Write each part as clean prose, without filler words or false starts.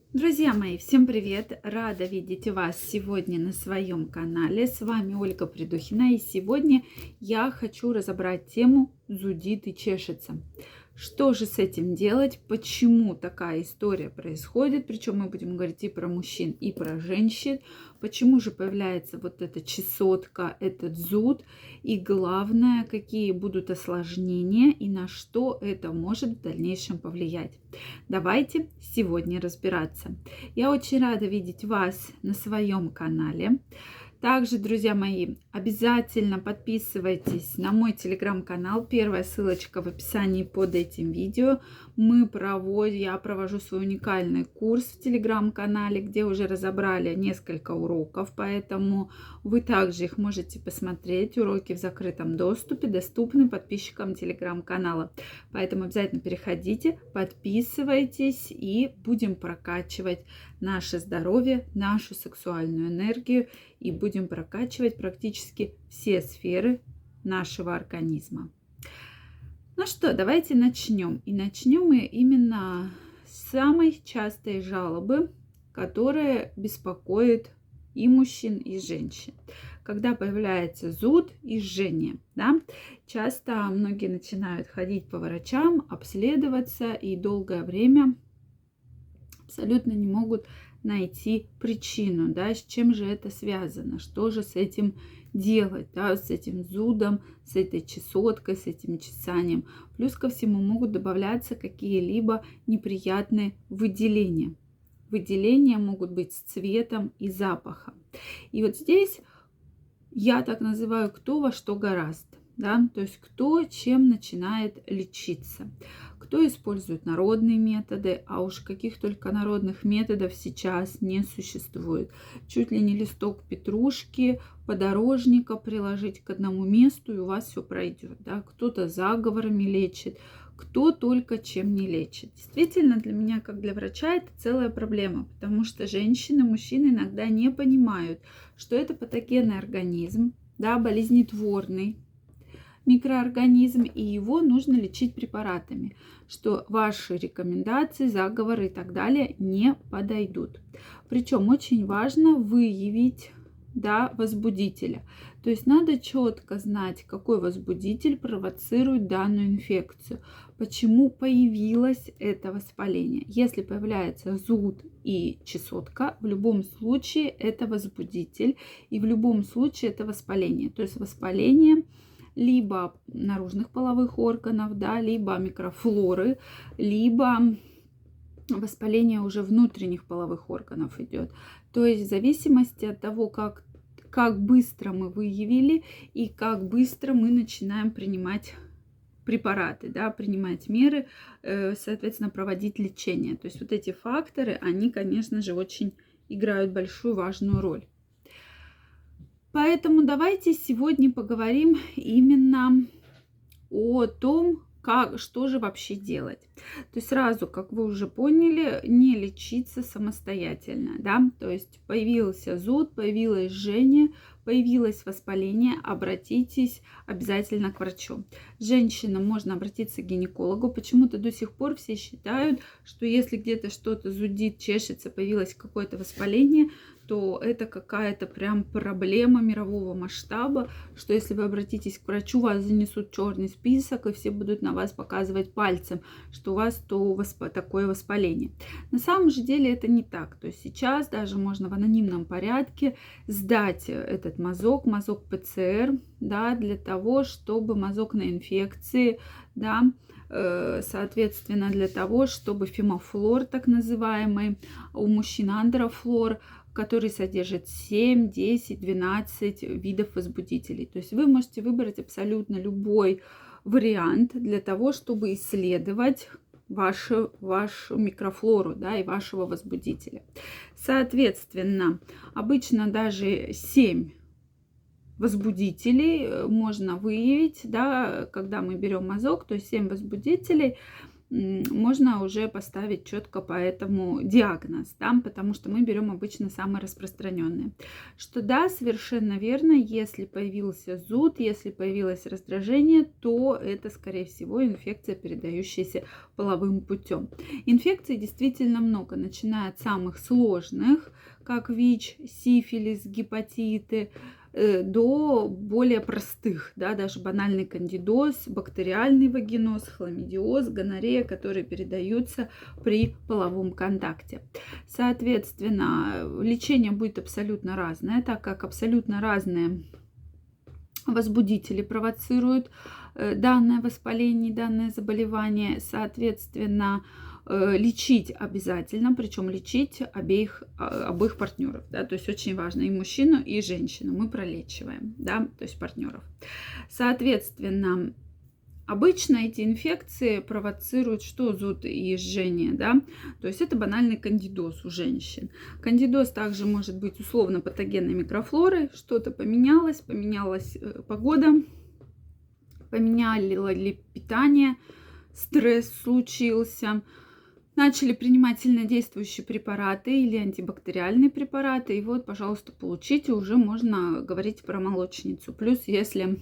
Друзья мои, всем привет! Рада видеть вас сегодня на своем канале. С вами Ольга Придухина, и сегодня я хочу разобрать тему «Зудит и чешется». Что же с этим делать? Почему такая история происходит? Причем мы будем говорить и про мужчин, и про женщин. Почему же появляется вот эта чесотка, этот зуд? И главное, какие будут осложнения и на что это может в дальнейшем повлиять. Давайте сегодня разбираться. Я очень рада видеть вас на своем канале. Также, друзья мои, обязательно подписывайтесь на мой телеграм-канал. Первая ссылочка в описании под этим видео. Я провожу свой уникальный курс в телеграм-канале, где уже разобрали несколько уроков, поэтому вы также их можете посмотреть. Уроки в закрытом доступе доступны подписчикам телеграм-канала. Поэтому обязательно переходите, подписывайтесь и будем прокачивать наше здоровье, нашу сексуальную энергию и будем прокачивать практически все сферы нашего организма. Ну что, давайте начнем. И начнем мы именно с самой частой жалобы, которая беспокоит и мужчин, и женщин. Когда появляется зуд и жжение, да, часто многие начинают ходить по врачам, обследоваться и долгое время абсолютно не могут найти причину, да, с чем же это связано, что же с этим делать, да, с этим зудом, с этой чесоткой, с этим чесанием. Плюс ко всему могут добавляться какие-либо неприятные выделения. Выделения могут быть с цветом и запахом. И вот здесь я так называю, кто во что горазд. Да? То есть кто чем начинает лечиться. Кто использует народные методы, а уж каких только народных методов сейчас не существует. Чуть ли не листок петрушки, подорожника приложить к одному месту, и у вас все пройдет. Да? Кто-то заговорами лечит, кто только чем не лечит. Действительно, для меня, как для врача, это целая проблема, потому что женщины, мужчины иногда не понимают, что это патогенный организм, да, болезнетворный микроорганизм, и его нужно лечить препаратами, что ваши рекомендации, заговоры и так далее не подойдут. Причем очень важно выявить, да, возбудителя. То есть надо четко знать, какой возбудитель провоцирует данную инфекцию, почему появилось это воспаление. Если появляется зуд и чесотка, в любом случае это возбудитель, и в любом случае это воспаление. То есть воспаление либо наружных половых органов, да, либо микрофлоры, либо воспаление уже внутренних половых органов идет. То есть в зависимости от того, как быстро мы выявили и как быстро мы начинаем принимать препараты, да, принимать меры, соответственно, проводить лечение. То есть вот эти факторы, они, конечно же, очень играют большую важную роль. Поэтому давайте сегодня поговорим именно о том, что же вообще делать. То есть сразу, как вы уже поняли, не лечиться самостоятельно, да, то есть появился зуд, появилось жжение, появилось воспаление, обратитесь обязательно к врачу. Женщинам можно обратиться к гинекологу. Почему-то до сих пор все считают, что если где-то что-то зудит, чешется, появилось какое-то воспаление, то это какая-то прям проблема мирового масштаба, что если вы обратитесь к врачу, вас занесут черный список, и все будут на вас показывать пальцем, что у вас такое воспаление. На самом же деле это не так. То есть сейчас даже можно в анонимном порядке сдать этот мазок ПЦР, да, для того, чтобы мазок на инфекции, да, соответственно, для того, чтобы фемофлор, так называемый, у мужчин андрофлор, который содержит 7, 10, 12 видов возбудителей. То есть вы можете выбрать абсолютно любой вариант для того, чтобы исследовать вашу микрофлору, да, и вашего возбудителя. Соответственно, обычно даже 7 возбудителей можно выявить, да, когда мы берем мазок, то есть 7 возбудителей. можно уже поставить четко по этому диагноз, да, потому что мы берем обычно самые распространенные. Что да, совершенно верно, если появился зуд, если появилось раздражение, то это, скорее всего, инфекция, передающаяся половым путем. Инфекций действительно много, начиная от самых сложных, как ВИЧ, сифилис, гепатиты, до более простых, да, даже банальный кандидоз, бактериальный вагиноз, хламидиоз, гонорея, которые передаются при половом контакте. Соответственно, лечение будет абсолютно разное, так как абсолютно разные возбудители провоцируют данное воспаление, данное заболевание. Соответственно, лечить обязательно, причем лечить обоих партнеров, да, то есть очень важно и мужчину, и женщину мы пролечиваем, да, то есть партнеров. Соответственно, обычно эти инфекции провоцируют что? Зуд и жжение, да, то есть это банальный кандидоз у женщин. Кандидоз также может быть условно патогенной микрофлорой, что-то поменялось погода, поменяли ли питание, стресс случился, начали принимать сильнодействующие препараты или антибактериальные препараты. И вот, пожалуйста, получите, уже можно говорить про молочницу. Плюс, если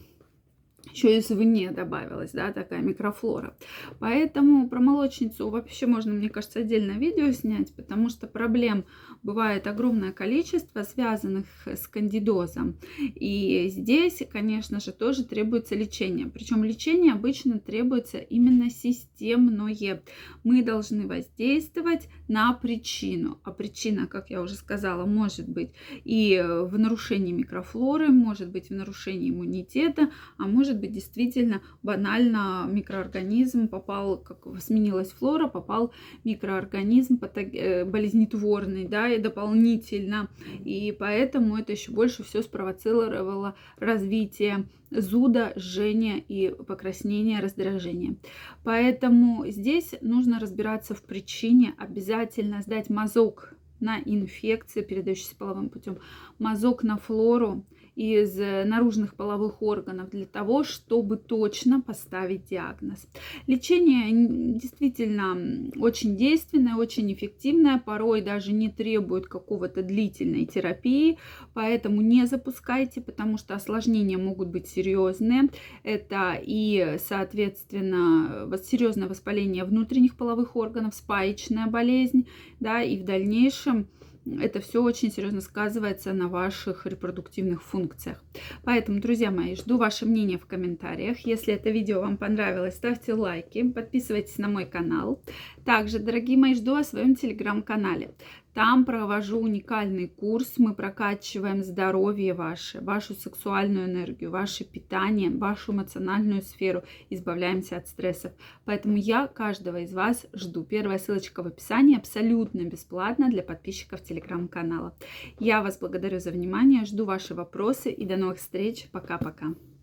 еще извне добавилась, да, такая микрофлора. Поэтому про молочницу вообще можно, мне кажется, отдельное видео снять, потому что проблем бывает огромное количество, связанных с кандидозом. И здесь, конечно же, тоже требуется лечение. Причем лечение обычно требуется именно системное. Мы должны воздействовать на причину. А причина, как я уже сказала, может быть и в нарушении микрофлоры, может быть в нарушении иммунитета, а может быть действительно банально микроорганизм попал, как сменилась флора, попал микроорганизм болезнетворный, да, и дополнительно. И поэтому это еще больше все спровоцировало развитие зуда, жжения и покраснения, раздражения. Поэтому здесь нужно разбираться в причине, обязательно сдать мазок на инфекции, передающиеся половым путем, мазок на флору из наружных половых органов для того, чтобы точно поставить диагноз. Лечение действительно очень действенное, очень эффективное, порой даже не требует какого-то длительной терапии, поэтому не запускайте, потому что осложнения могут быть серьезные. Это и, соответственно, серьезное воспаление внутренних половых органов, спаечная болезнь, да, и в дальнейшем это все очень серьезно сказывается на ваших репродуктивных функциях. Поэтому, друзья мои, жду ваше мнение в комментариях. Если это видео вам понравилось, ставьте лайки, подписывайтесь на мой канал. Также, дорогие мои, жду о своем телеграм-канале. Там провожу уникальный курс. Мы прокачиваем здоровье ваше, вашу сексуальную энергию, ваше питание, вашу эмоциональную сферу. Избавляемся от стрессов. Поэтому я каждого из вас жду. Первая ссылочка в описании, абсолютно бесплатно для подписчиков телеграм-канала. Я вас благодарю за внимание, жду ваши вопросы и до новых встреч. Пока-пока.